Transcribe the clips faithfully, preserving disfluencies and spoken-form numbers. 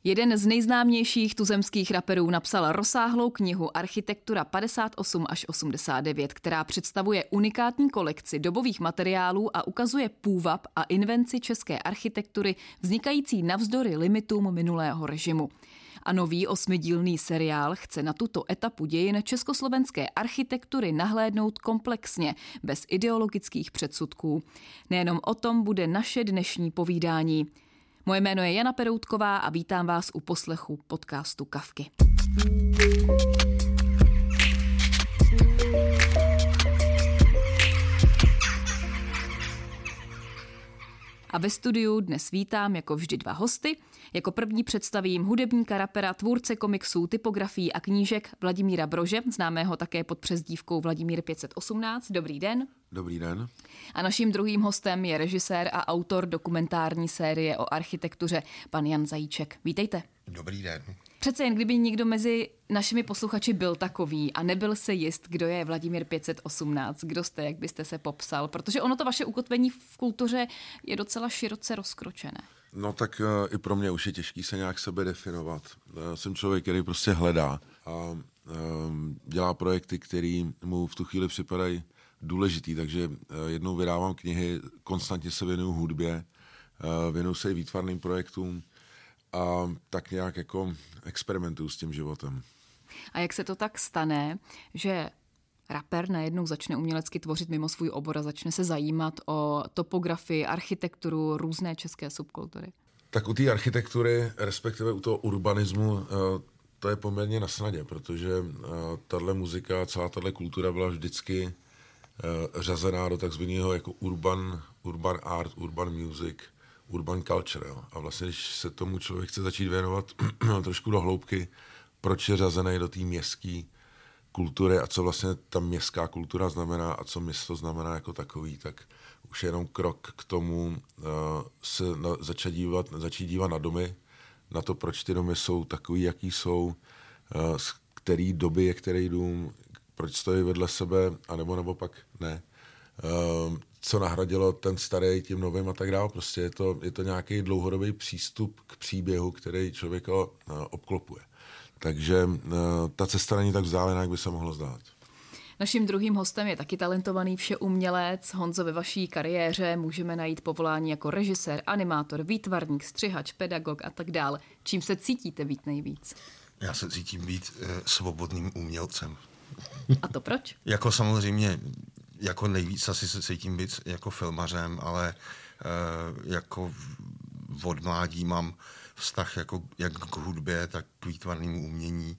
Jeden z nejznámějších tuzemských raperů napsal rozsáhlou knihu Architektura padesát osm až osmdesát devět, která představuje unikátní kolekci dobových materiálů a ukazuje půvab a invenci české architektury vznikající navzdory limitům minulého režimu. A nový osmidílný seriál chce na tuto etapu dějin československé architektury nahlédnout komplexně, bez ideologických předsudků. Nejenom o tom bude naše dnešní povídání. Moje jméno je Jana Peroutková a vítám vás u poslechu podcastu Kafky. A ve studiu dnes vítám jako vždy dva hosty. Jako první představím hudebníka, rapera, tvůrce komiksů, typografií a knížek Vladimíra Brože, známého také pod přezdívkou Vladimír pět set osmnáct. Dobrý den. Dobrý den. A naším druhým hostem je režisér a autor dokumentární série o architektuře, pan Jan Zajíček. Vítejte. Dobrý den. Přece jen, kdyby někdo mezi našimi posluchači byl takový a nebyl se jist, kdo je Vladimír pět set osmnáct, kdo jste, jak byste se popsal, protože ono to vaše ukotvení v kultuře je docela široce rozkročené. No tak uh, i pro mě už je těžký se nějak sebe definovat. Uh, jsem člověk, který prostě hledá a uh, dělá projekty, které mu v tu chvíli připadají důležitý, takže uh, jednou vydávám knihy, konstantně se věnuju hudbě, uh, věnuju se i výtvarným projektům a tak nějak jako experimentuju s tím životem. A jak se to tak stane, že rapper najednou začne umělecky tvořit mimo svůj obor a začne se zajímat o topografii, architekturu, různé české subkultury? Tak u té architektury, respektive u toho urbanismu, to je poměrně na snadě, protože tahle muzika, celá tahle kultura byla vždycky řazená do takzvaného jako urban, urban art, urban music, urban culture. Jo. A vlastně, když se tomu člověk chce začít věnovat trošku do hloubky, proč je řazený do té městské kultury a co vlastně ta městská kultura znamená a co město znamená jako takový, tak už je jenom krok k tomu uh, se na, začít, dívat, začít dívat na domy, na to, proč ty domy jsou takový, jaký jsou, uh, z který doby je který dům, proč stojí vedle sebe, anebo nebo pak ne. Uh, co nahradilo ten starý tím novým a tak dále. Prostě je to, je to nějaký dlouhodobý přístup k příběhu, který člověka uh, obklopuje. Takže uh, ta cesta není tak vzdálená, jak by se mohlo zdát. Naším druhým hostem je taky talentovaný všeumělec. Honzo, ve vaší kariéře můžeme najít povolání jako režisér, animátor, výtvarník, střihač, pedagog a tak dále. Čím se cítíte být nejvíc? Já se cítím být e, svobodným umělcem. A to proč? Jako samozřejmě, jako nejvíc asi se cítím být jako filmařem, ale e, jako od mládí mám vztah jako, jak k hudbě, tak k výtvarnému umění.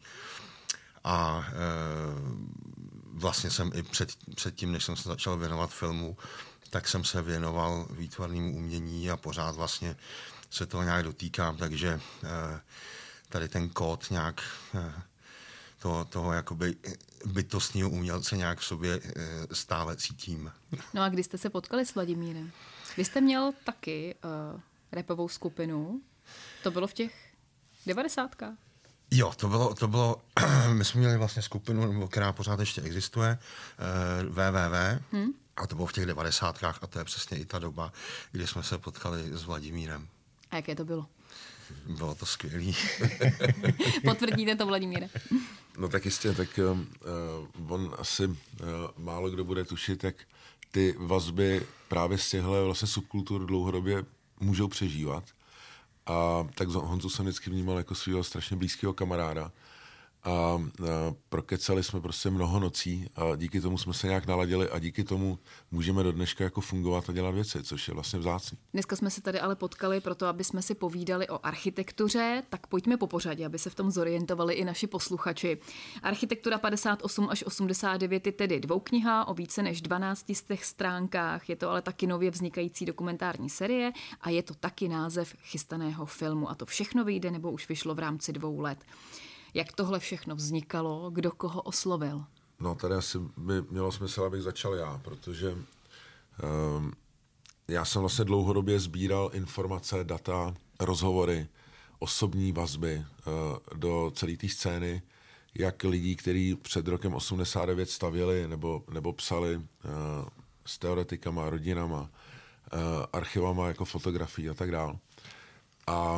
A e, vlastně jsem i před, před tím, než jsem se začal věnovat filmu, tak jsem se věnoval výtvarnému umění a pořád vlastně se toho nějak dotýkám, takže e, tady ten kód nějak e, toho, toho jakoby bytostního umělce nějak v sobě e, stále cítím. No a kdy jste se potkali s Vladimírem? Vy jste měl taky uh, rapovou skupinu, to bylo v těch devadesátkách? Jo, to bylo, to bylo, my jsme měli vlastně skupinu, která pořád ještě existuje, W W W, hmm. a to bylo v těch devadesátkách a to je přesně i ta doba, kdy jsme se potkali s Vladimírem. A jaké to bylo? Bylo to skvělý. Potvrdíte to, Vladimíre? No tak jistě, tak uh, on asi uh, málo kdo bude tušit, jak ty vazby právě z těchto vlastně subkultur dlouhodobě můžou přežívat. A tak Honzu jsem vždycky vnímal jako svého strašně blízkého kamaráda. A, a prokecali jsme prostě mnoho nocí a díky tomu jsme se nějak naladili a díky tomu můžeme do dneška jako fungovat a dělat věci, což je vlastně vzácný. Dneska jsme se tady ale potkali proto, aby jsme si povídali o architektuře, tak pojďme po pořadě, aby se v tom zorientovali i naši posluchači. Architektura padesát osm až osmdesát devět je tedy dvoukniha o více než dvanácti stech stránkách, je to ale taky nově vznikající dokumentární série a je to taky název chystaného filmu a to všechno vyjde nebo už vyšlo v rámci dvou let. Jak tohle všechno vznikalo, kdo koho oslovil? No tady asi by mělo smysl, abych začal já, protože um, já jsem vlastně dlouhodobě sbíral informace, data, rozhovory, osobní vazby uh, do celé té scény, jak lidí, kteří před rokem osmdesát devět stavěli nebo, nebo psali uh, s teoretikama, rodinama, uh, archivama jako fotografií a tak dále. A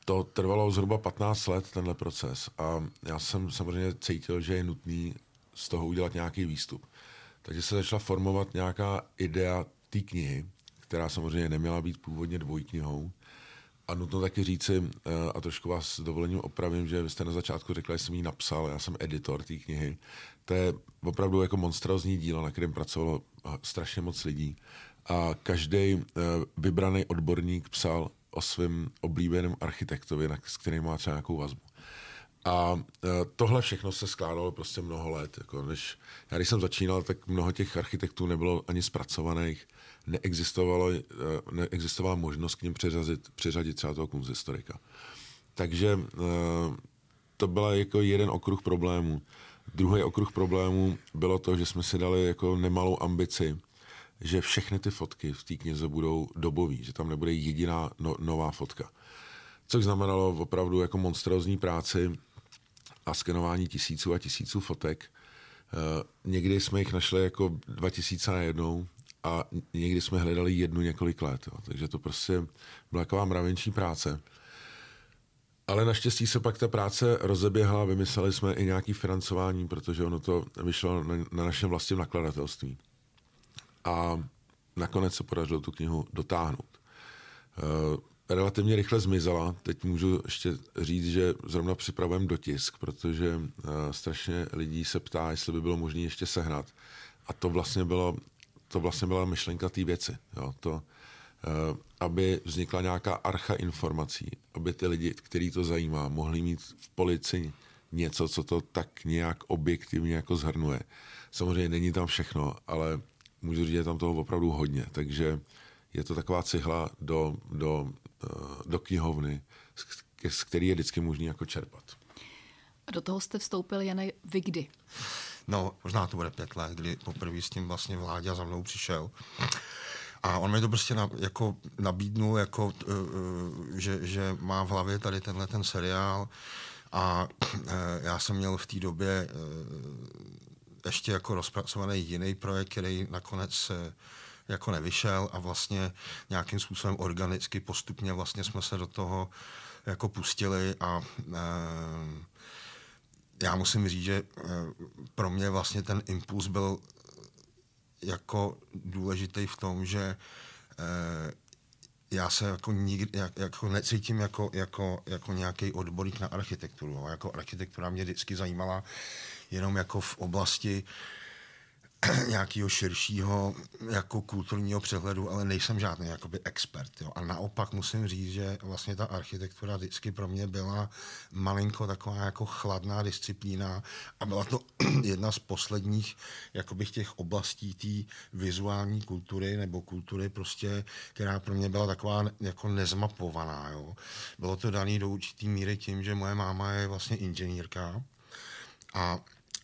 to trvalo zhruba patnáct let, tenhle proces. A já jsem samozřejmě cítil, že je nutný z toho udělat nějaký výstup. Takže se začala formovat nějaká idea té knihy, která samozřejmě neměla být původně dvojknihou. A nutno taky říci, a trošku vás s dovolením opravím, že vy jste na začátku řekla, že jsem ji napsal, já jsem editor té knihy. To je opravdu jako monstrózní dílo, na kterém pracovalo strašně moc lidí. A každý vybraný odborník psal o svém oblíbeném architektovi, s kterým má třeba nějakou vazbu. A tohle všechno se skládalo prostě mnoho let. Jako než, já když jsem začínal, tak mnoho těch architektů nebylo ani zpracovaných. Neexistovalo, neexistovala možnost k ním přiřadit, přiřadit třeba toho kunsthistorika. Takže to byl jako jeden okruh problémů. Druhý okruh problémů bylo to, že jsme si dali jako nemalou ambici, že všechny ty fotky v té knize budou dobový, že tam nebude jediná no, nová fotka. Což znamenalo opravdu jako monstrózní práci a skenování tisíců a tisíců fotek. E, někdy jsme jich našli jako dva tisíce na jednou a někdy jsme hledali jednu několik let. Jo. Takže to prostě byla taková mravenčí práce. Ale naštěstí se pak ta práce rozeběhla, vymysleli jsme i nějaké financování, protože ono to vyšlo na, na našem vlastním nakladatelství. A nakonec se podařilo tu knihu dotáhnout. E, relativně rychle zmizela. Teď můžu ještě říct, že zrovna připravujeme dotisk, protože uh, strašně lidí se ptá, jestli by bylo možné ještě sehnat. A to vlastně, bylo, to vlastně byla myšlenka té věci. Jo? To, uh, aby vznikla nějaká archa informací, aby ty lidi, který to zajímá, mohli mít v polici něco, co to tak nějak objektivně jako zhrnuje. Samozřejmě není tam všechno, ale můžu říct, že je tam toho opravdu hodně. Takže je to taková cihla do, do, do knihovny, z který je vždycky možný jako čerpat. A do toho jste vstoupil, Jane, vy kdy? No, možná to bude pět let, kdy poprvé s tím vlastně Vláďa za mnou přišel. A on mi to prostě na, jako nabídnul, jako, uh, že, že má v hlavě tady tenhle ten seriál. A uh, já jsem měl v té době uh, ještě jako rozpracovaný jiný projekt, který nakonec uh, jako nevyšel a vlastně nějakým způsobem organicky postupně vlastně jsme se do toho jako pustili a uh, já musím říct, že uh, pro mě vlastně ten impuls byl jako důležitý v tom, že uh, já se jako nikdy jak, jako necítím jako, jako, jako nějaký odborník na architekturu. Jako architektura mě vždycky zajímala jenom jako v oblasti nějakého širšího jako kulturního přehledu, ale nejsem žádný jakoby expert. Jo. A naopak musím říct, že vlastně ta architektura vždycky pro mě byla malinko taková jako chladná disciplína a byla to jedna z posledních jakoby těch oblastí té vizuální kultury nebo kultury prostě, která pro mě byla taková jako nezmapovaná. Jo. Bylo to daný do určitý míry tím, že moje máma je vlastně inženýrka a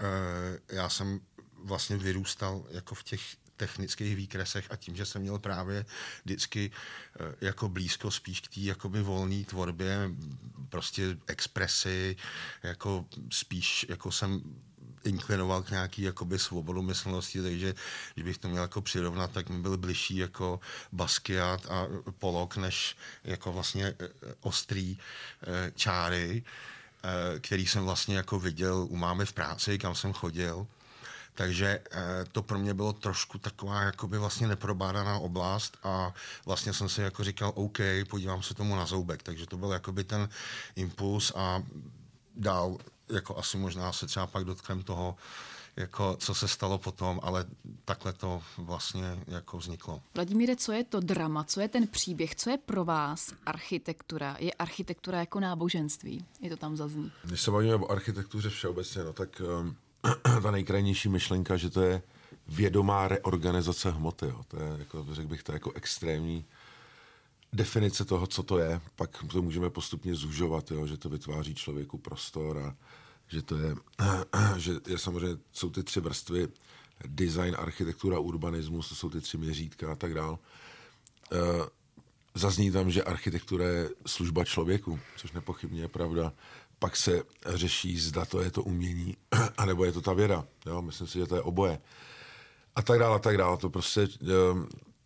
e, já jsem vlastně vyrůstal jako v těch technických výkresech a tím, že jsem měl právě vždycky jako blízko spíš k té jakoby volné tvorbě, prostě expresy, jako spíš jako jsem inklinoval k nějaký jakoby svobodu myslnosti, takže když bych to měl jako přirovnat, tak mi byl bližší jako Basquiat a Pollock, než jako vlastně ostrý čáry, který jsem vlastně jako viděl u mámy v práci, kam jsem chodil. Takže to pro mě bylo trošku taková jakoby vlastně neprobádaná oblast a vlastně jsem si jako říkal, OK, podívám se tomu na zoubek. Takže to byl jakoby ten impuls a dál jako asi možná se třeba pak dotknem toho, jako co se stalo potom, ale takhle to vlastně jako vzniklo. Vladimíre, co je to drama, co je ten příběh, co je pro vás architektura? Je architektura jako náboženství? Je to tam zazní? Když se bavíme o architektuře všeobecně, no tak um, ta nejkrajnější myšlenka, že to je vědomá reorganizace hmoty. Jo. To je, jako, řekl bych, to je jako extrémní definice toho, co to je. Pak to můžeme postupně zužovat, jo, že to vytváří člověku prostor a že to je, že je samozřejmě, jsou ty tři vrstvy, design, architektura, urbanismus, to jsou ty tři měřítka a tak dál. E, zazní tam, že architektura je služba člověku, což nepochybně je pravda. Pak se řeší, zda to je to umění, anebo je to ta věda. Jo? Myslím si, že to je oboje. A tak dále, a tak dále. To prostě,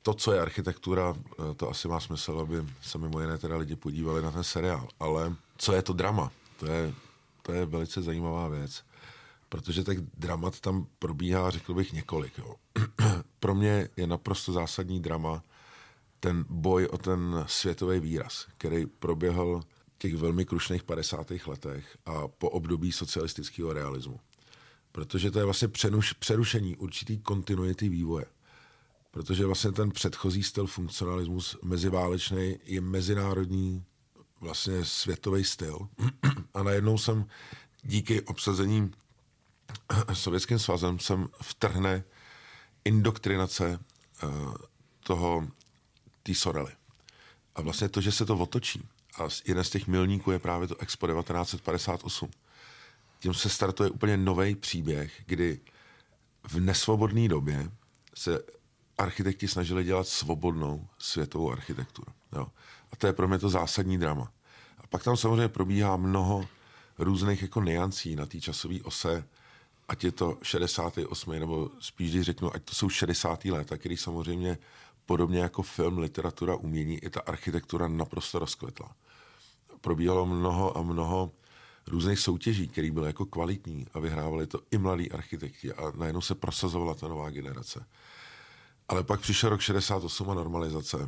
to, co je architektura, to asi má smysl, aby se mimo jiné teda lidi podívali na ten seriál. Ale co je to drama? To je, to je velice zajímavá věc. Protože tak dramat tam probíhá, řekl bych, několik. Jo. Pro mě je naprosto zásadní drama ten boj o ten světový výraz, který proběhl v těch velmi krušných padesátých letech a po období socialistického realismu. Protože to je vlastně přenuš, přerušení určitý kontinuity vývoje. Protože vlastně ten předchozí styl funkcionalismus meziválečný je mezinárodní vlastně světový styl. A najednou jsem díky obsazení Sovětským svazem sem vtrhne indoktrinace uh, toho té Sorely. A vlastně to, že se to otočí, a jeden z těch milníků je právě to Expo devatenáct set padesát osm. Tím se startuje úplně nový příběh, kdy v nesvobodné době se architekti snažili dělat svobodnou světovou architekturu. Jo. A to je pro mě to zásadní drama. A pak tam samozřejmě probíhá mnoho různých jako niancí na té časové ose, ať je to šedesátý osmý nebo spíš, když řeknu, ať to jsou šedesátá léta, který samozřejmě podobně jako film, literatura, umění, i ta architektura naprosto rozkvetla. Probíhalo mnoho a mnoho různých soutěží, které byly jako kvalitní a vyhrávali to i mladí architekti a najednou se prosazovala ta nová generace. Ale pak přišel rok šedesát osm a normalizace.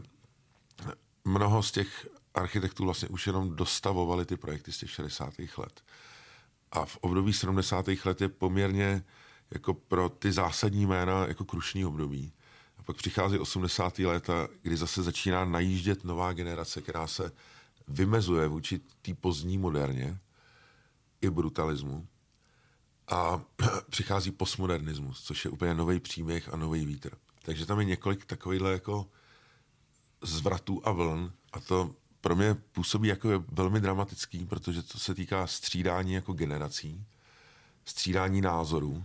Mnoho z těch architektů vlastně už jenom dostavovali ty projekty z těch šedesátých let. A v období sedmdesátých let je poměrně jako pro ty zásadní jména jako krušný období. A pak přichází osmdesátá léta, kdy zase začíná najíždět nová generace, která se vymezuje vůči té pozdní moderně i brutalismu. A přichází postmodernismus, což je úplně nový příběh a nový vítr. Takže tam je několik takovýchhle jako zvratů a vln a to pro mě působí jako velmi dramatický, protože to se týká střídání jako generací, střídání názorů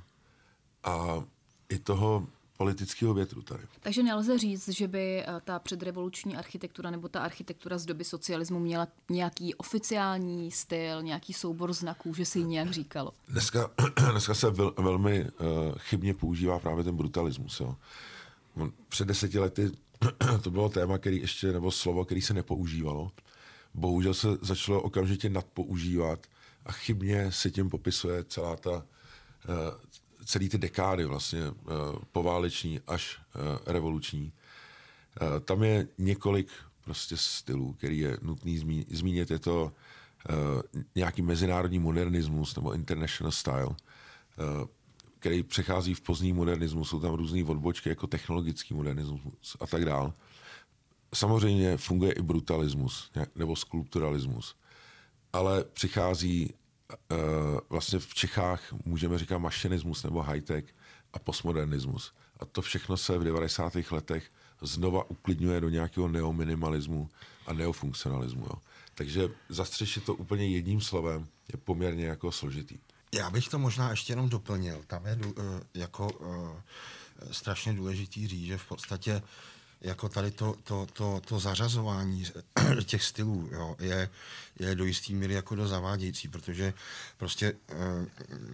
a i toho politického větru tady. Takže nelze říct, že by ta předrevoluční architektura nebo ta architektura z doby socialismu měla nějaký oficiální styl, nějaký soubor znaků, že se jí nějak říkalo. Dneska, dneska se vel, velmi uh, chybně používá právě ten brutalismus. Jo. Před deseti lety to bylo téma, který ještě, nebo slovo, který se nepoužívalo. Bohužel se začalo okamžitě nadpoužívat a chybně se tím popisuje celá ta, uh, celý ty dekády vlastně uh, pováleční až uh, revoluční. Uh, tam je několik prostě stylů, který je nutný zmí, zmínit. Je to uh, nějaký mezinárodní modernismus nebo international style, uh, který přechází v pozdní modernismus. Jsou tam různý odbočky jako technologický modernismus a tak dál. Samozřejmě funguje i brutalismus nebo skulpturalismus, ale přichází uh, vlastně v Čechách můžeme říkat mašinismus nebo high-tech a postmodernismus. A to všechno se v devadesátých letech znova uklidňuje do nějakého neominimalismu a neofunkcionalismu. Jo. Takže zastřešit to úplně jedním slovem je poměrně jako složitý. Já bych to možná ještě jenom doplnil. Tam je uh, jako uh, strašně důležitý říct, že v podstatě jako tady to, to, to, to zařazování těch stylů jo, je, je do jistý míry jako do zavádějící, protože prostě uh,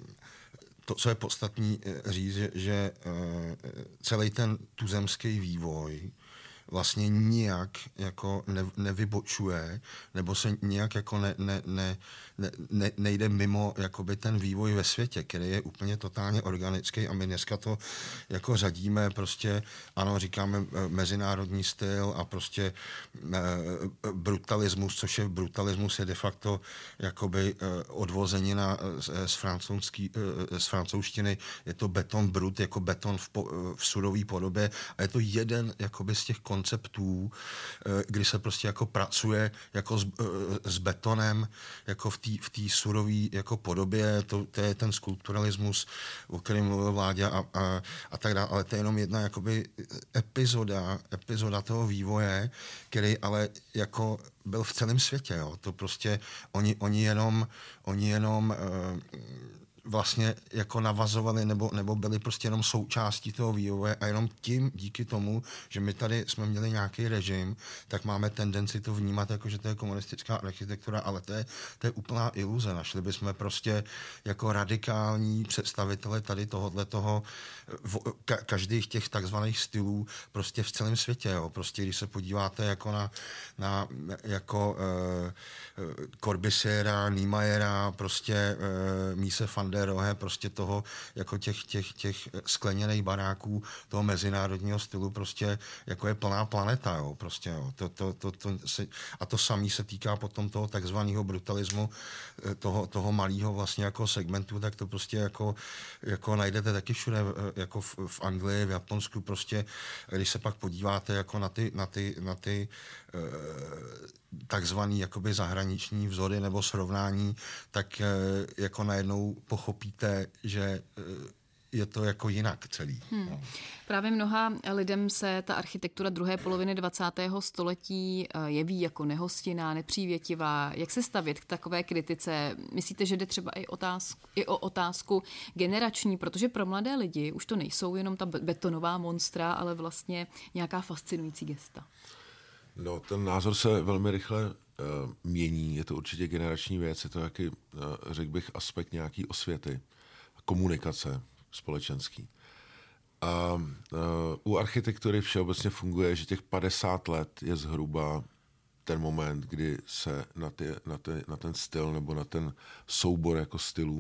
to, co je podstatný říct, že, že uh, celý ten tuzemský vývoj vlastně nijak jako ne, nevybočuje, nebo se nijak jako ne, ne, ne, ne, nejde mimo jakoby ten vývoj ve světě, který je úplně totálně organický a my dneska to jako řadíme prostě, ano, říkáme mezinárodní styl a prostě e, brutalismus, což je brutalismus je de facto jakoby e, odvozenina z, z, francouzský, e, z francouzštiny, je to beton brut, jako beton v, po, v surové podobě a je to jeden jakoby z těch konceptů, kdy se prostě jako pracuje jako s, s betonem, jako v té v té surové jako podobě, to, to je ten skulpturalismus, o kterém mluvil Vláďa a, a, a tak dále, ale to je jenom jedna jakoby epizoda, epizoda toho vývoje, který ale jako byl v celém světě, jo. To prostě oni, oni jenom, oni jenom uh, vlastně jako navazovali nebo, nebo byli prostě jenom součástí toho vývoje a jenom tím, díky tomu, že my tady jsme měli nějaký režim, tak máme tendenci to vnímat jako, že to je komunistická architektura, ale to je, to je úplná iluze. Našli bychom prostě jako radikální představitele tady tohohle toho, ka, každých těch takzvaných stylů prostě v celém světě. Jo. Prostě když se podíváte jako na, na jako uh, Corbusiera, Niemeyera, prostě uh, Mise van der Rohe, prostě toho, jako těch, těch, těch skleněných baráků, toho mezinárodního stylu, prostě jako je plná planeta, jo, prostě, jo. To, to, to, to se, a to samé se týká potom toho takzvaného brutalismu, toho, toho malého vlastně jako segmentu, tak to prostě jako, jako najdete taky všude, jako v, v Anglii, v Japonsku, prostě, když se pak podíváte jako na ty, na ty, na ty takzvaný jakoby zahraniční vzory nebo srovnání, tak jako najednou pochopíte, že je to jako jinak celý. Hmm. No. Právě mnoha lidem se ta architektura druhé poloviny dvacátého století jeví jako nehostinná, nepřívětivá. Jak se stavět k takové kritice? Myslíte, že jde třeba i, otázku, i o otázku generační, protože pro mladé lidi už to nejsou jenom ta betonová monstra, ale vlastně nějaká fascinující gesta? No, ten názor se velmi rychle uh, mění. Je to určitě generační věc, je to jaký, uh, řekl bych, aspekt nějaký osvěty, komunikace společenský. A uh, u architektury všeobecně funguje, že těch padesát let je zhruba ten moment, kdy se na, ty, na, ty, na ten styl nebo na ten soubor jako stylů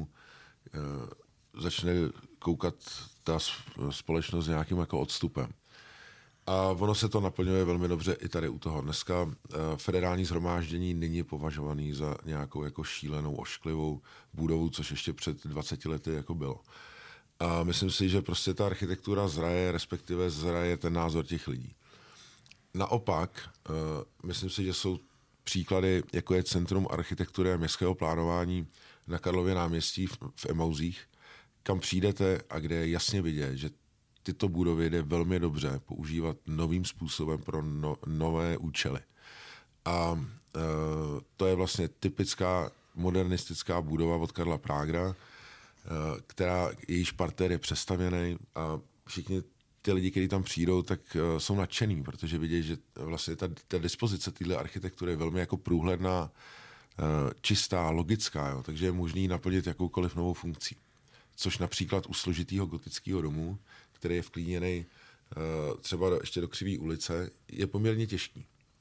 uh, začne koukat ta společnost s nějakým jako odstupem. A ono se to naplňuje velmi dobře i tady u toho. Dneska uh, federální shromáždění není považovaný za nějakou jako šílenou, ošklivou budovu, což ještě před dvaceti lety jako bylo. A myslím si, že prostě ta architektura zraje, respektive zraje ten názor těch lidí. Naopak, uh, myslím si, že jsou příklady, jako je Centrum architektury a městského plánování na Karlově náměstí v, v Emauzích, kam přijdete a kde je jasně vidět, že tyto budovy jde velmi dobře používat novým způsobem pro no, nové účely. A uh, to je vlastně typická modernistická budova od Karla Pragra, která, jejíž parter je přestavěný a všichni ty lidi, kteří tam přijdou, tak uh, jsou nadšený, protože vidí, že vlastně ta, ta dispozice téhle architektury je velmi jako průhledná, uh, čistá, logická, jo, takže je možný naplnit jakoukoliv novou funkcí. Což například u složitého gotického domu, který je vklíněný uh, třeba ještě do Křivé ulice, je poměrně těžký.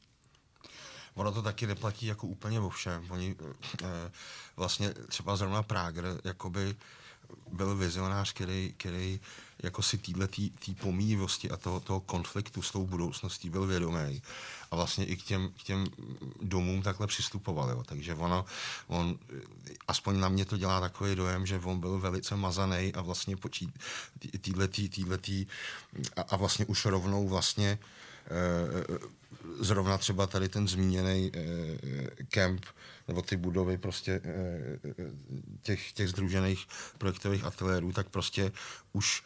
Ono to taky neplatí jako úplně o všem. Oni eh, vlastně třeba zrovna Prager jakoby byl vizionář, který, který jako si týhletý tý pomíjivosti a toho, toho konfliktu s tou budoucností byl vědomý. A vlastně i k těm, k těm domům takhle přistupoval. Jo. Takže ono, on, aspoň na mě to dělá takový dojem, že on byl velice mazaný a vlastně počít týhletý, týhletý a, a vlastně už rovnou vlastně eh, zrovna třeba tady ten zmíněný eh, kemp nebo ty budovy prostě eh, těch, těch sdružených projektových ateliérů, tak prostě už,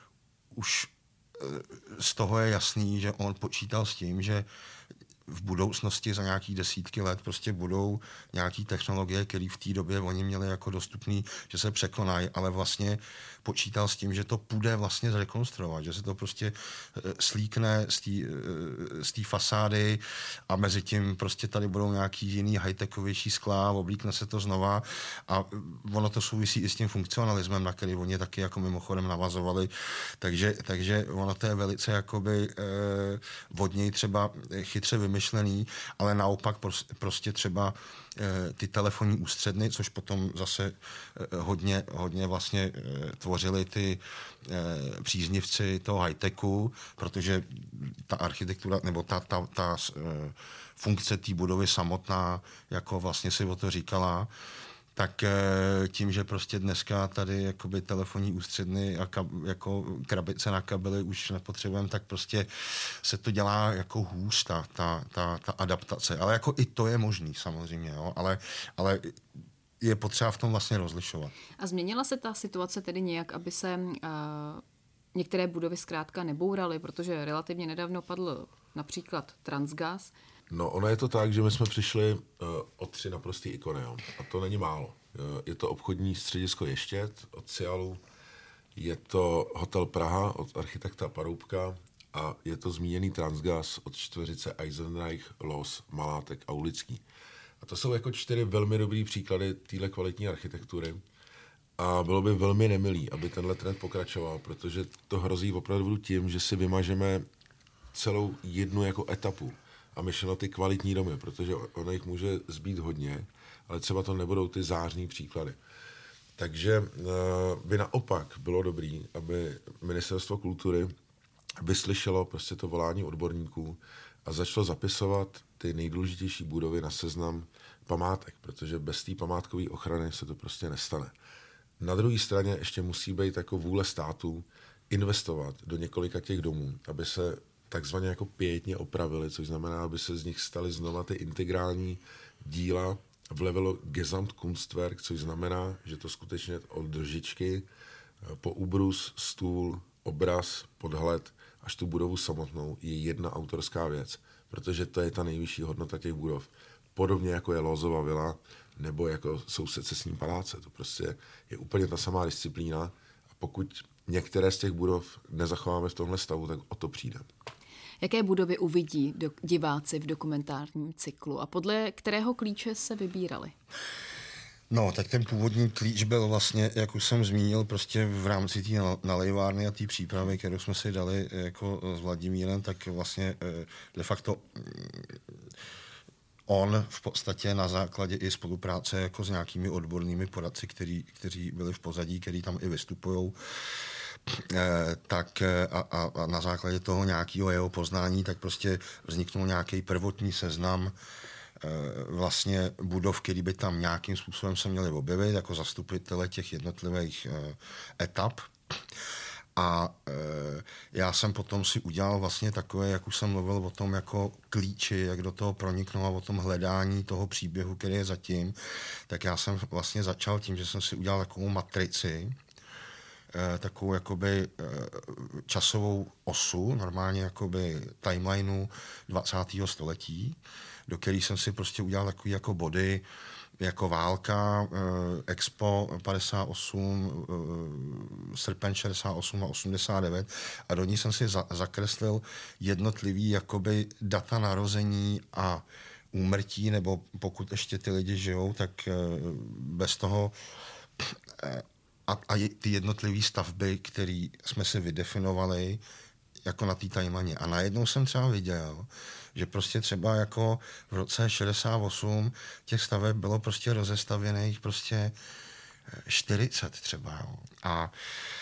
už eh, z toho je jasný, že on počítal s tím, že v budoucnosti za nějaký desítky let prostě budou nějaký technologie, které v té době oni měli jako dostupný, že se překonají, ale vlastně počítal s tím, že to půjde vlastně zrekonstruovat, že se to prostě slíkne z té fasády a mezi tím prostě tady budou nějaký jiný high-techovější skla, oblíkne se to znova a ono to souvisí i s tím funkcionalismem, na který oni taky jako mimochodem navazovali, takže, takže ono to je velice jakoby eh, od něj třeba chytře vymyšlený, ale naopak prostě třeba eh, ty telefonní ústředny, což potom zase eh, hodně, hodně vlastně eh, tvořili ty eh, příznivci toho high-techu, protože ta architektura, nebo ta, ta, ta eh, funkce té budovy samotná, jako vlastně si o to říkala, tak tím, že prostě dneska tady jakoby telefonní ústředny a kab, jako krabice na kabely už nepotřebujeme, tak prostě se to dělá jako hůř, ta, ta, ta, ta adaptace. Ale jako i to je možný samozřejmě, jo? Ale, ale je potřeba v tom vlastně rozlišovat. A změnila se ta situace tedy nějak, aby se uh, některé budovy zkrátka nebouraly, protože relativně nedávno padl například Transgas. No, ono je to tak, že my jsme přišli uh, o tři naprostý ikony, jo. A to není málo. Je to obchodní středisko Ještěd od Cialu, je to hotel Praha od architekta Paroubka a je to zmíněný Transgas od čtveřice Eisenreich, Los, Malátek a Ulický. A to jsou jako čtyři velmi dobrý příklady téhle kvalitní architektury. A bylo by velmi nemilý, aby tenhle trend pokračoval, protože to hrozí opravdu tím, že si vymažeme celou jednu jako etapu a myšleno ty kvalitní domy, protože ono jich může zbýt hodně, ale třeba to nebudou ty zářný příklady. Takže by naopak bylo dobrý, aby Ministerstvo kultury vyslyšelo prostě to volání odborníků a začalo zapisovat ty nejdůležitější budovy na seznam památek, protože bez té památkové ochrany se to prostě nestane. Na druhé straně ještě musí být jako vůle státu investovat do několika těch domů, aby se takzvaně jako pětně opravili, což znamená, aby se z nich staly znova ty integrální díla v levelu Gesamtkunstwerk, což znamená, že to skutečně od držičky po ubrus, stůl, obraz, podhled až tu budovu samotnou je jedna autorská věc, protože to je ta nejvyšší hodnota těch budov. Podobně jako je Lózova vila nebo jako jsou secesní paláce. To prostě je úplně ta samá disciplína a pokud některé z těch budov nezachováme v tomhle stavu, tak o to přijde. Jaké budovy uvidí do, diváci v dokumentárním cyklu a podle kterého klíče se vybírali? No, tak ten původní klíč byl vlastně, jak už jsem zmínil, prostě v rámci té nalejvárny a té přípravy, kterou jsme si dali jako s Vladimírem, tak vlastně de facto on v podstatě na základě i spolupráce jako s nějakými odbornými poradci, který, kteří byli v pozadí, kteří tam i vystupujou, tak a, a, a na základě toho nějakého jeho poznání, tak prostě vzniknul nějaký prvotní seznam vlastně budov, který by tam nějakým způsobem se měly objevit jako zastupitele těch jednotlivých etap. A e, já jsem potom si udělal vlastně takové, jak už jsem mluvil o tom jako klíči, jak do toho proniknout a o tom hledání toho příběhu, který je zatím, tak já jsem vlastně začal tím, že jsem si udělal takovou matrici, e, takovou jakoby e, časovou osu, normálně jakoby timelineu dvacátého století, do který jsem si prostě udělal takový jako body, jako válka, Expo padesát osm, srpen šedesát osm a osmdesát devět a do ní jsem si za, zakreslil jednotlivý jakoby data narození a úmrtí, nebo pokud ještě ty lidi žijou, tak bez toho a, a ty jednotlivé stavby, které jsme si vydefinovali jako na té timelině. A najednou jsem třeba viděl, že prostě třeba jako v roce šedesát osm těch staveb bylo prostě rozestavěných prostě čtyřicet třeba. Jo. A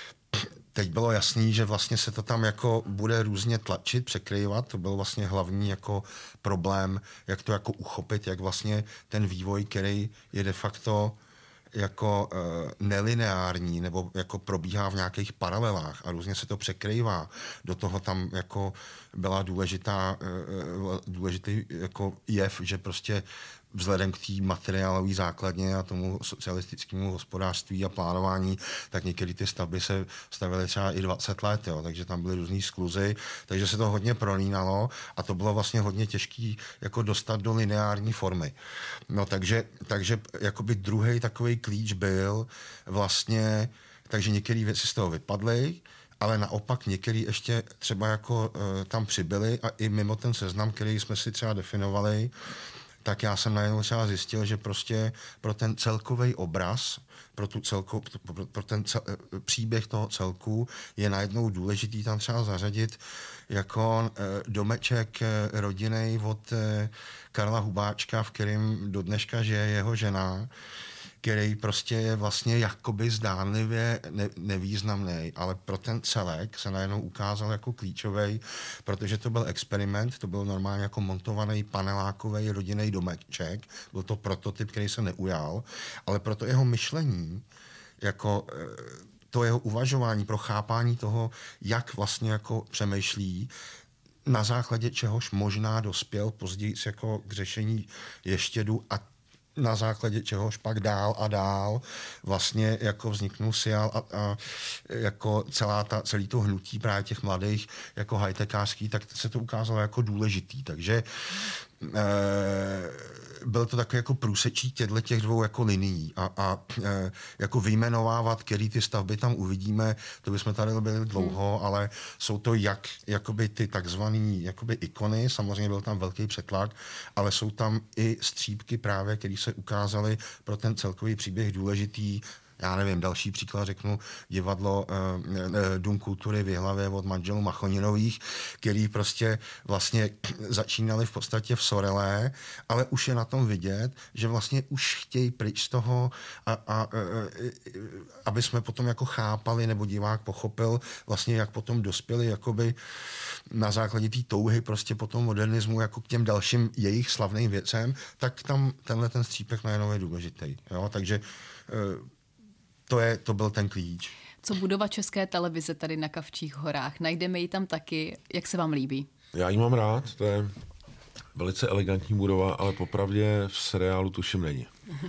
teď bylo jasný, že vlastně se to tam jako bude různě tlačit, překrývat. To byl vlastně hlavní jako problém, jak to jako uchopit, jak vlastně ten vývoj, který je de facto jako e, nelineární nebo jako probíhá v nějakých paralelách a různě se to překrývá. Do toho tam jako byla důležitá, e, důležitý jako jev, že prostě vzhledem k té materiálové základně a tomu socialistickému hospodářství a plánování, tak některé ty stavby se stavily třeba i dvacet let, jo, takže tam byly různý skluzy, takže se to hodně prolínalo a to bylo vlastně hodně těžké jako dostat do lineární formy. No takže, takže jakoby druhý takový klíč byl vlastně, takže některé věci z toho vypadly, ale naopak některý ještě třeba jako e, tam přibyly a i mimo ten seznam, který jsme si třeba definovali, tak já jsem najednou třeba zjistil, že prostě pro ten celkový obraz, pro, tu celko, pro, pro ten cel, příběh toho celku je najednou důležitý tam třeba zařadit jako domeček rodinný od Karla Hubáčka, v kterém do dneška žije jeho žena, který prostě je vlastně jakoby zdánlivě ne, nevýznamný, ale pro ten celek se najednou ukázal jako klíčový, protože to byl experiment, to byl normálně jako montovaný panelákový rodinný domeček, byl to prototyp, který se neujal, ale pro to jeho myšlení, jako to jeho uvažování, pro chápání toho, jak vlastně jako přemýšlí, na základě čehož možná dospěl později jako k řešení Ještědu a na základě čehož pak dál a dál vlastně jako vzniknul Sial a, a jako celá ta, celý to hnutí právě těch mladých jako high-techářský, tak se to ukázalo jako důležitý. Takže e, byl to takový jako průsečí těchto těch dvou jako linií a, a e, jako vyjmenovávat, který ty stavby tam uvidíme, to bychom tady byli dlouho, hmm. ale jsou to jak jakoby ty takzvaný jakoby ikony, samozřejmě byl tam velký přetlak, ale jsou tam i střípky právě, které se ukázaly pro ten celkový příběh důležitý. Já nevím, další příklad řeknu, divadlo e, Dům kultury v Jihlavě od manželů Machoninových, který prostě vlastně začínali v podstatě v Sorelé, ale už je na tom vidět, že vlastně už chtějí pryč z toho, a, a, a, aby jsme potom jako chápali, nebo divák pochopil vlastně, jak potom dospěli jakoby na základě té touhy prostě potom modernismu jako k těm dalším jejich slavným věcem, tak tam tenhle ten střípek najednou je důležitý. Jo? Takže e, To, je, to byl ten klíč. Co budova České televize tady na Kavčích horách? Najdeme ji tam taky. Jak se vám líbí? Já ji mám rád. To je velice elegantní budova, ale popravdě v seriálu tuším není.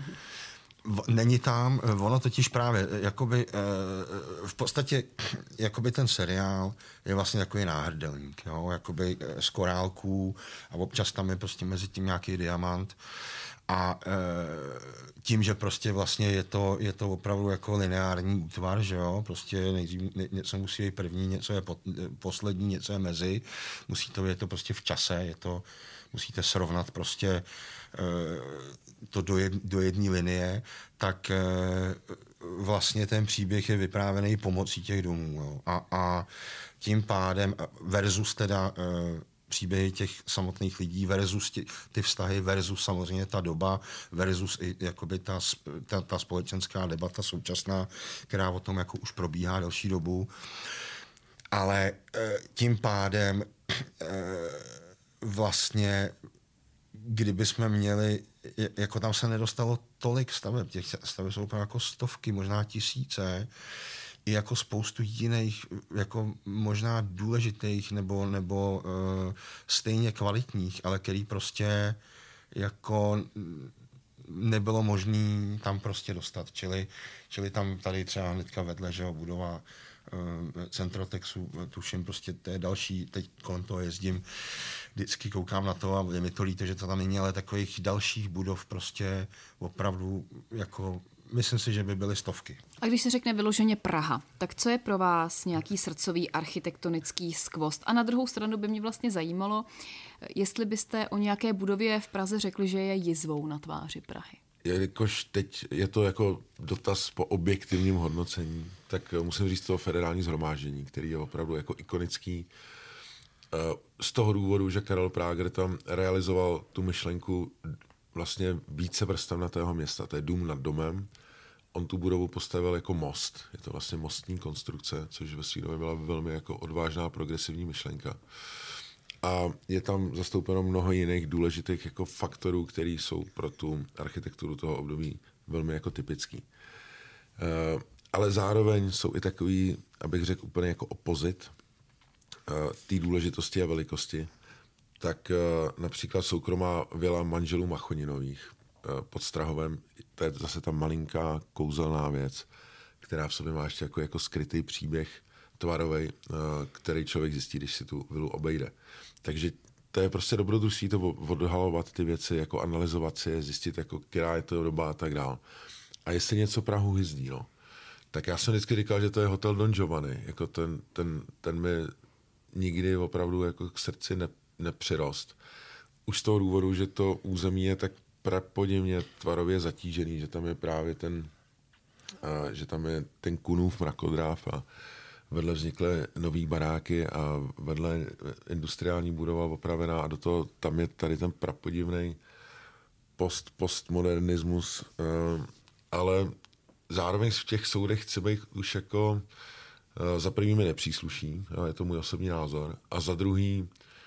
Není tam, ono totiž právě, jakoby, v podstatě jakoby ten seriál je vlastně takový náhrdelník, jo? Jakoby z korálků a občas tam je prostě mezi tím nějaký diamant. A e, tím, že prostě vlastně je to, je to opravdu jako lineární útvar, že jo, prostě nejdřív něco musí být první, něco je pod, poslední, něco je mezi, musí to, je to prostě v čase, je to, musíte srovnat prostě e, to do, jed, do jedné linie, tak e, vlastně ten příběh je vyprávěný pomocí těch domů, jo. A, a tím pádem versus teda e, příběhy těch samotných lidí versus ty, ty vztahy versus samozřejmě ta doba versus i jakoby ta, ta, ta společenská debata současná, která o tom jako už probíhá delší dobu. Ale e, tím pádem e, vlastně kdyby jsme měli, jako tam se nedostalo tolik staveb, těch staveb jsou jako stovky, možná tisíce, i jako spoustu jiných, jako možná důležitých nebo, nebo uh, stejně kvalitních, ale který prostě jako nebylo možné tam prostě dostat. Čili, čili tam tady třeba hnedka vedle, že jo, budova uh, Centrotexu, tuším, prostě to je další, teď kolem toho jezdím, vždycky koukám na to a je mi to líto, že to tam není, ale takových dalších budov prostě opravdu jako myslím si, že by byly stovky. A když se řekne vyloženě Praha, tak co je pro vás nějaký srdcový architektonický skvost? A na druhou stranu by mě vlastně zajímalo, jestli byste o nějaké budově v Praze řekli, že je jizvou na tváři Prahy. Jelikož teď je to jako dotaz po objektivním hodnocení, tak musím říct to federální shromáždění, který je opravdu jako ikonický. Z toho důvodu, že Karel Prager tam realizoval tu myšlenku vlastně více vrstevnatého města. To je dům nad domem. On tu budovu postavil jako most. Je to vlastně mostní konstrukce, což ve své době byla velmi jako odvážná progresivní myšlenka. A je tam zastoupeno mnoho jiných důležitých jako faktorů, které jsou pro tu architekturu toho období velmi jako typický. E, ale zároveň jsou i takový, abych řekl úplně jako opozit e, té důležitosti a velikosti. Tak uh, například soukromá vila manželů Machoninových uh, pod Strahovem, to je zase ta malinká kouzelná věc, která v sobě má ještě jako, jako skrytý příběh tvarovej, uh, který člověk zjistí, když si tu vilu obejde. Takže to je prostě dobrodružství to odhalovat ty věci, jako analyzovat si je, zjistit, jako, která je to doba a tak dál. A jestli něco Prahu hyzdí, no, tak já jsem vždycky říkal, že to je hotel Don Giovanni. Jako ten, ten, ten mi nikdy opravdu jako k srdci ne nepřirost. Už z toho důvodu, že to území je tak prapodivně tvarově zatížený, že tam je právě ten, a, že tam je ten Kunův mrakodrap a vedle vznikly nový baráky a vedle industriální budova opravená a do toho tam je tady ten prapodivný post, postmodernismus, uh, ale zároveň v těch soudech chci být už jako uh, za první mi nepřísluší, jo, je to můj osobní názor, a za druhý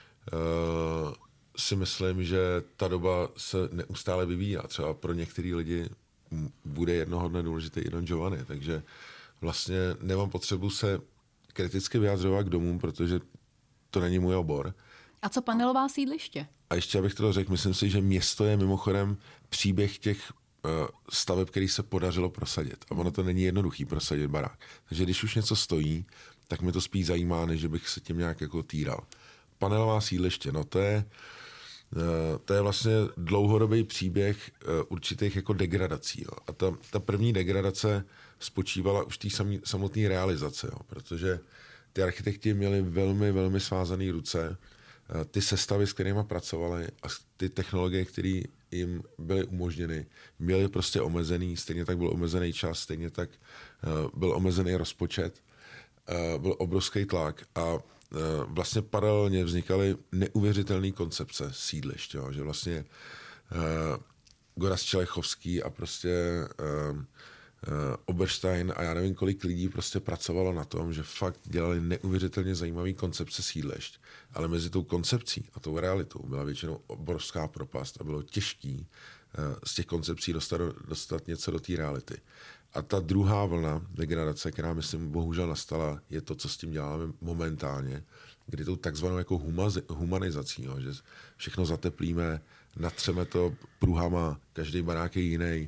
uh, si myslím, že ta doba se neustále vyvíjí a třeba pro některý lidi bude jednoho dne důležitý i Don Giovanni, takže vlastně nemám potřebu se kriticky vyjadřovat k domům, protože to není můj obor. A co panelová sídliště? A ještě abych to řekl, myslím si, že město je mimochodem příběh těch uh, staveb, který se podařilo prosadit. A ono to není jednoduchý prosadit barák. Takže když už něco stojí, tak mě to spíš zajímá, než že bych se tím nějak jako týral. Panelová sídliště, no to je to je vlastně dlouhodobý příběh určitých jako degradací. Jo. A ta, ta první degradace spočívala už v té samotné realizace, jo, protože ty architekti měli velmi, velmi svázané ruce, ty sestavy, s kterými pracovali a ty technologie, které jim byly umožněny, měly prostě omezený, stejně tak byl omezený čas, stejně tak byl omezený rozpočet, byl obrovský tlak a vlastně paralelně vznikaly neuvěřitelné koncepce sídlišť, jo, že vlastně Gorazd Čelechovský a prostě Oberstein a já nevím, kolik lidí prostě pracovalo na tom, že fakt dělali neuvěřitelně zajímavý koncepce sídlišť, ale mezi tou koncepcí a tou realitou byla většinou obrovská propast a bylo těžký z těch koncepcí dostat, dostat něco do té reality. A ta druhá vlna degradace, která myslím bohužel nastala, je to, co s tím děláme momentálně, kdy tou takzvanou jako humanizací, jo, že všechno zateplíme, natřeme to pruhama, každý barák je jiný,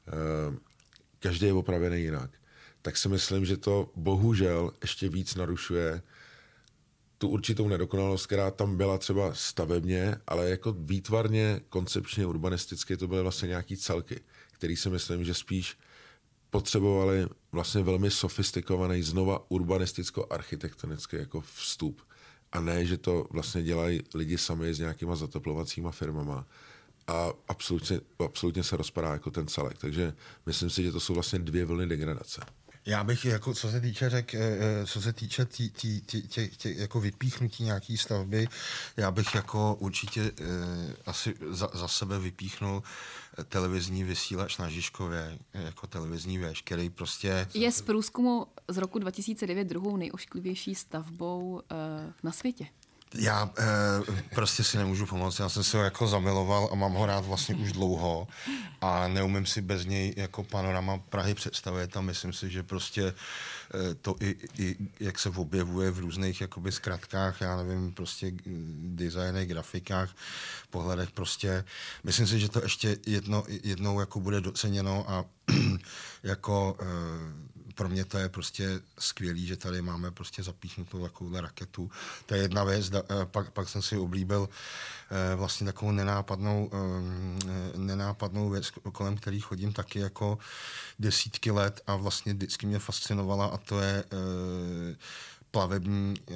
každý je opravený jinak, tak si myslím, že to bohužel ještě víc narušuje tu určitou nedokonalost, která tam byla třeba stavebně, ale jako výtvarně, koncepčně, urbanisticky to byly vlastně nějaký celky, který si myslím, že spíš potřebovali vlastně velmi sofistikovaný znova urbanisticko-architektonický jako vstup. A ne, že to vlastně dělají lidi sami s nějakýma zateplovacíma firmama. A absolutně, absolutně se rozpadá jako ten celek. Takže myslím si, že to jsou vlastně dvě vlny degradace. Já bych, jako, co se týče, řek, co se týče tý, tý, tý, tě, tě, jako vypíchnutí nějaký stavby, já bych jako určitě eh, asi za, za sebe vypíchnul televizní vysílač na Žižkově, jako televizní věž, který prostě... Je z průzkumu z roku dva tisíce devět druhou nejošklivější stavbou eh, na světě. Já e, prostě si nemůžu pomoct, já jsem se ho jako zamiloval a mám ho rád vlastně už dlouho a neumím si bez něj jako panorama Prahy představit a myslím si, že prostě e, to i, i jak se objevuje v různých jakoby zkratkách, já nevím, prostě designech, grafikách, pohledech prostě, myslím si, že to ještě jedno, jednou jako bude doceněno a jako e, pro mě to je prostě skvělý, že tady máme prostě zapíchnutou takovouhle raketu. To je jedna věc. Da, pak, pak jsem si oblíbil eh, vlastně takovou nenápadnou, eh, nenápadnou věc, kolem který chodím taky jako desítky let a vlastně vždycky mě fascinovala a to je eh, plavební eh,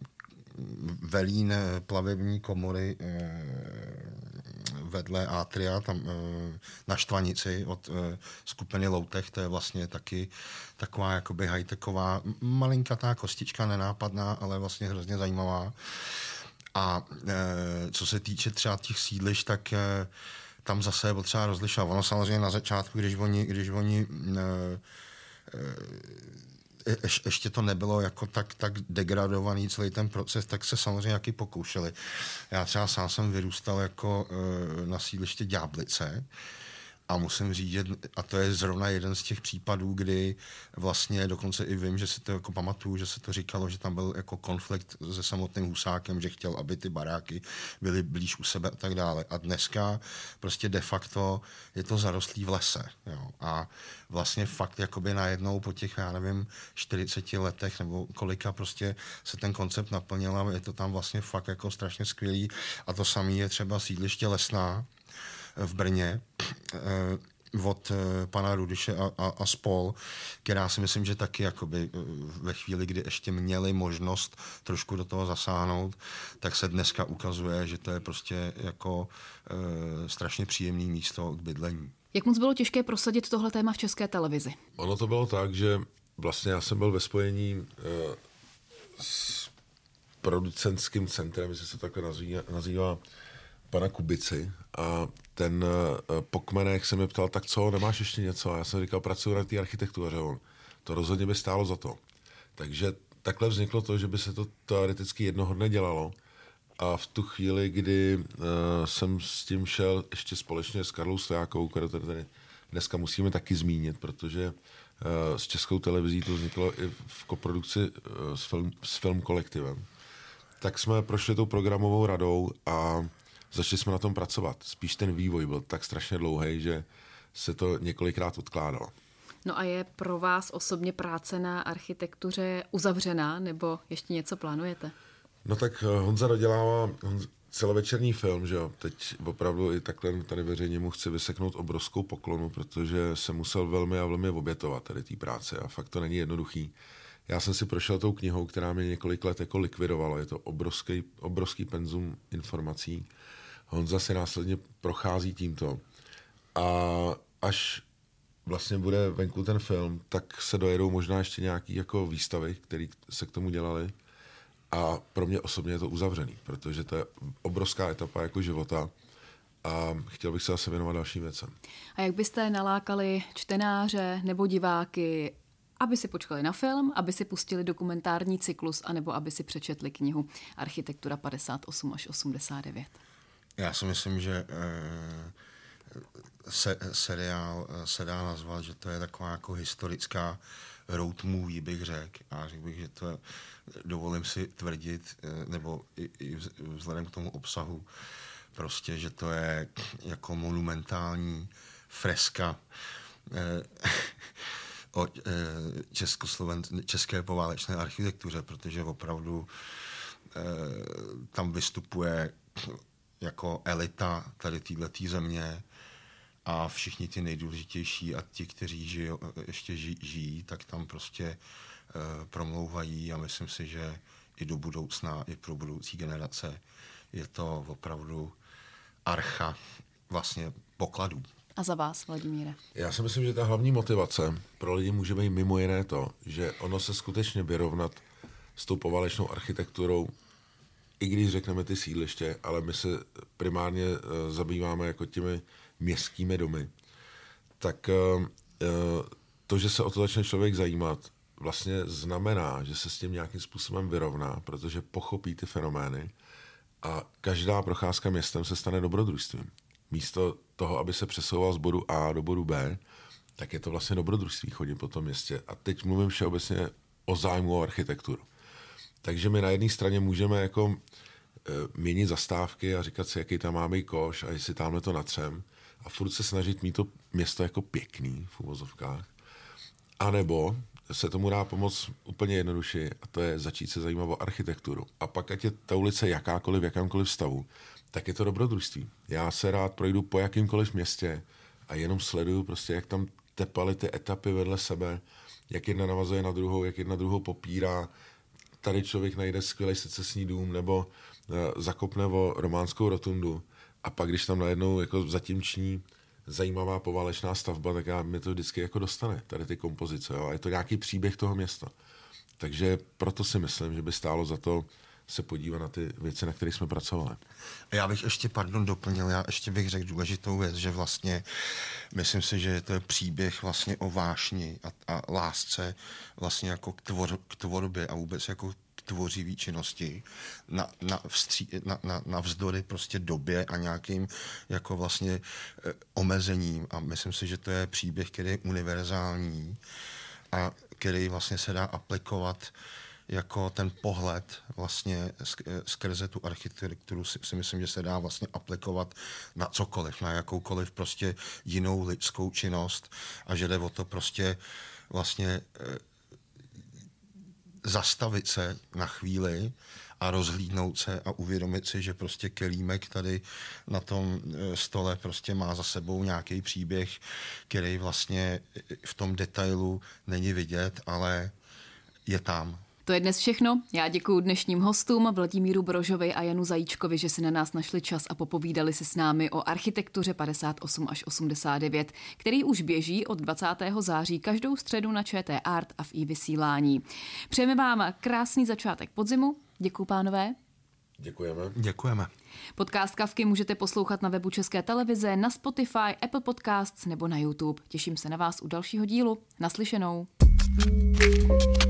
velín plavební komory eh, vedle Atria, tam eh, na Štvanici od eh, skupiny Loutech, to je vlastně taky taková jakoby high-techová, malinkatá kostička, nenápadná, ale vlastně hrozně zajímavá. A eh, co se týče třeba těch sídlišť, tak eh, tam zase je potřeba rozlišovat. Ono samozřejmě na začátku, když oni, když oni eh, eh, Ješ, ještě to nebylo jako tak, tak degradovaný celý ten proces, tak se samozřejmě jaký pokoušeli. Já třeba sám jsem vyrůstal jako e, na sídliště Ďáblice a musím říct, že, a to je zrovna jeden z těch případů, kdy vlastně dokonce i vím, že si to jako pamatuju, že se to říkalo, že tam byl jako konflikt se samotným Husákem, že chtěl, aby ty baráky byly blíž u sebe a tak dále. A dneska prostě de facto je to zarostlý v lese. Jo. A vlastně fakt jakoby najednou po těch, já nevím, čtyřiceti letech nebo kolika prostě se ten koncept naplnil a je to tam vlastně fakt jako strašně skvělý. A to samé je třeba sídliště Lesná v Brně od pana Rudyše a, a, a spol, která si myslím, že taky jakoby ve chvíli, kdy ještě měli možnost trošku do toho zasáhnout, tak se dneska ukazuje, že to je prostě jako e, strašně příjemné místo k bydlení. Jak moc bylo těžké prosadit tohle téma v České televizi? Ono to bylo tak, že vlastně já jsem byl ve spojení e, s producentským centrem, jestli se takhle nazývá, nazývá pana Kubici a ten uh, po kmenech se mě ptal, tak co, nemáš ještě něco? A já jsem říkal, pracuji na té architektuře. On, to rozhodně by stálo za to. Takže takhle vzniklo to, že by se to teoreticky jednohodně dělalo a v tu chvíli, kdy uh, jsem s tím šel ještě společně s Karlou Stojákovou, kterou tady dneska musíme taky zmínit, protože uh, s Českou televizí to vzniklo i v koprodukci uh, s, film, s Film kolektivem, tak jsme prošli tou programovou radou a začali jsme na tom pracovat. Spíš ten vývoj byl tak strašně dlouhý, že se to několikrát odkládalo. No a je pro vás osobně práce na architektuře uzavřená, nebo ještě něco plánujete? No tak Honza dodělává celovečerní film, že jo, teď opravdu i takhle tady veřejně mu chci vyseknout obrovskou poklonu, protože jsem musel velmi a velmi obětovat tady té práce a fakt to není jednoduchý. Já jsem si prošel tou knihou, která mě několik let jako likvidovala. Je to obrovský, obrovský penzum informací. Honza si následně prochází tímto. A až vlastně bude venku ten film, tak se dojedou možná ještě nějaký jako výstavy, které se k tomu dělaly. A pro mě osobně je to uzavřený, protože to je obrovská etapa jako života a chtěl bych se zase věnovat dalším věcem. A jak byste nalákali čtenáře nebo diváky, aby si počkali na film, aby si pustili dokumentární cyklus, anebo aby si přečetli knihu Architektura padesát osm až osmdesát devět? Já si myslím, že eh, se, seriál se dá nazvat, že to je taková jako historická road movie, bych řekl. A řekl bych, že to dovolím si tvrdit, nebo i, i vzhledem k tomu obsahu, prostě, že to je jako monumentální freska eh, o eh, českosloven, české poválečné architektuře, protože opravdu eh, tam vystupuje jako elita tady téhletý země a všichni ty nejdůležitější a ti, kteří žijou, ještě ži, žijí, tak tam prostě uh, promlouvají a myslím si, že i do budoucna, i pro budoucí generace je to opravdu archa vlastně pokladů. A za vás, Vladimíre? Já si myslím, že ta hlavní motivace pro lidi může být mimo jiné to, že ono se skutečně vyrovnat s tou poválečnou architekturou, i když řekneme ty sídliště, ale my se primárně uh, zabýváme jako těmi městskými domy, tak uh, to, že se o to začne člověk zajímat, vlastně znamená, že se s tím nějakým způsobem vyrovná, protože pochopí ty fenomény a každá procházka městem se stane dobrodružstvím. Místo toho, aby se přesouval z bodu A do bodu B, tak je to vlastně dobrodružství chodit po tom městě. A teď mluvím všeobecně o zájmu o architekturu. Takže my na jedné straně můžeme jako měnit zastávky a říkat si, jaký tam má být koš a jestli tamhle to natřem a furt se snažit mít to město jako pěkný v uvozovkách. A nebo se tomu dá pomoct úplně jednoduše a to je začít se zajímat o architekturu. A pak, ať je ta ulice jakákoliv, v jakámkoliv stavu, tak je to dobrodružství. Já se rád projdu po jakýmkoliv městě a jenom sleduju prostě, jak tam tepaly ty etapy vedle sebe, jak jedna navazuje na druhou, jak jedna druhou popírá. Tady člověk najde skvělý secesní dům nebo uh, zakopne o románskou rotundu a pak, když tam najednou jako zatímční zajímavá poválečná stavba, tak já, mě to vždycky jako dostane, tady ty kompozice. Jo? A je to nějaký příběh toho města. Takže proto si myslím, že by stálo za to se podívat na ty věci, na kterých jsme pracovali. Já bych ještě, pardon, doplnil, já ještě bych řekl důležitou věc, že vlastně myslím si, že to je příběh vlastně o vášni a, a lásce vlastně jako k, tvor, k tvorbě a vůbec jako k tvořivý činnosti na, na, vstří, na, na, na vzdory prostě době a nějakým jako vlastně eh, omezením a myslím si, že to je příběh, který je univerzální a který vlastně se dá aplikovat jako ten pohled vlastně skrze tu architekturu si, si myslím, že se dá vlastně aplikovat na cokoliv, na jakoukoliv prostě jinou lidskou činnost a že jde o to prostě vlastně e, zastavit se na chvíli a rozhlídnout se a uvědomit si, že prostě kelímek tady na tom stole prostě má za sebou nějaký příběh, který vlastně v tom detailu není vidět, ale je tam. To je dnes všechno. Já děkuji dnešním hostům Vladimíru Brožovi a Janu Zajíčkovi, že si na nás našli čas a popovídali si s námi o architektuře padesát osm až osmdesát devět, který už běží od dvacátého září každou středu na ČT Art a v i-vysílání. Přejeme vám krásný začátek podzimu. Děkuji, pánové. Děkujeme. Děkujeme. Podcast Kavky můžete poslouchat na webu České televize, na Spotify, Apple Podcasts nebo na YouTube. Těším se na vás u dalšího dílu. Naslyšenou.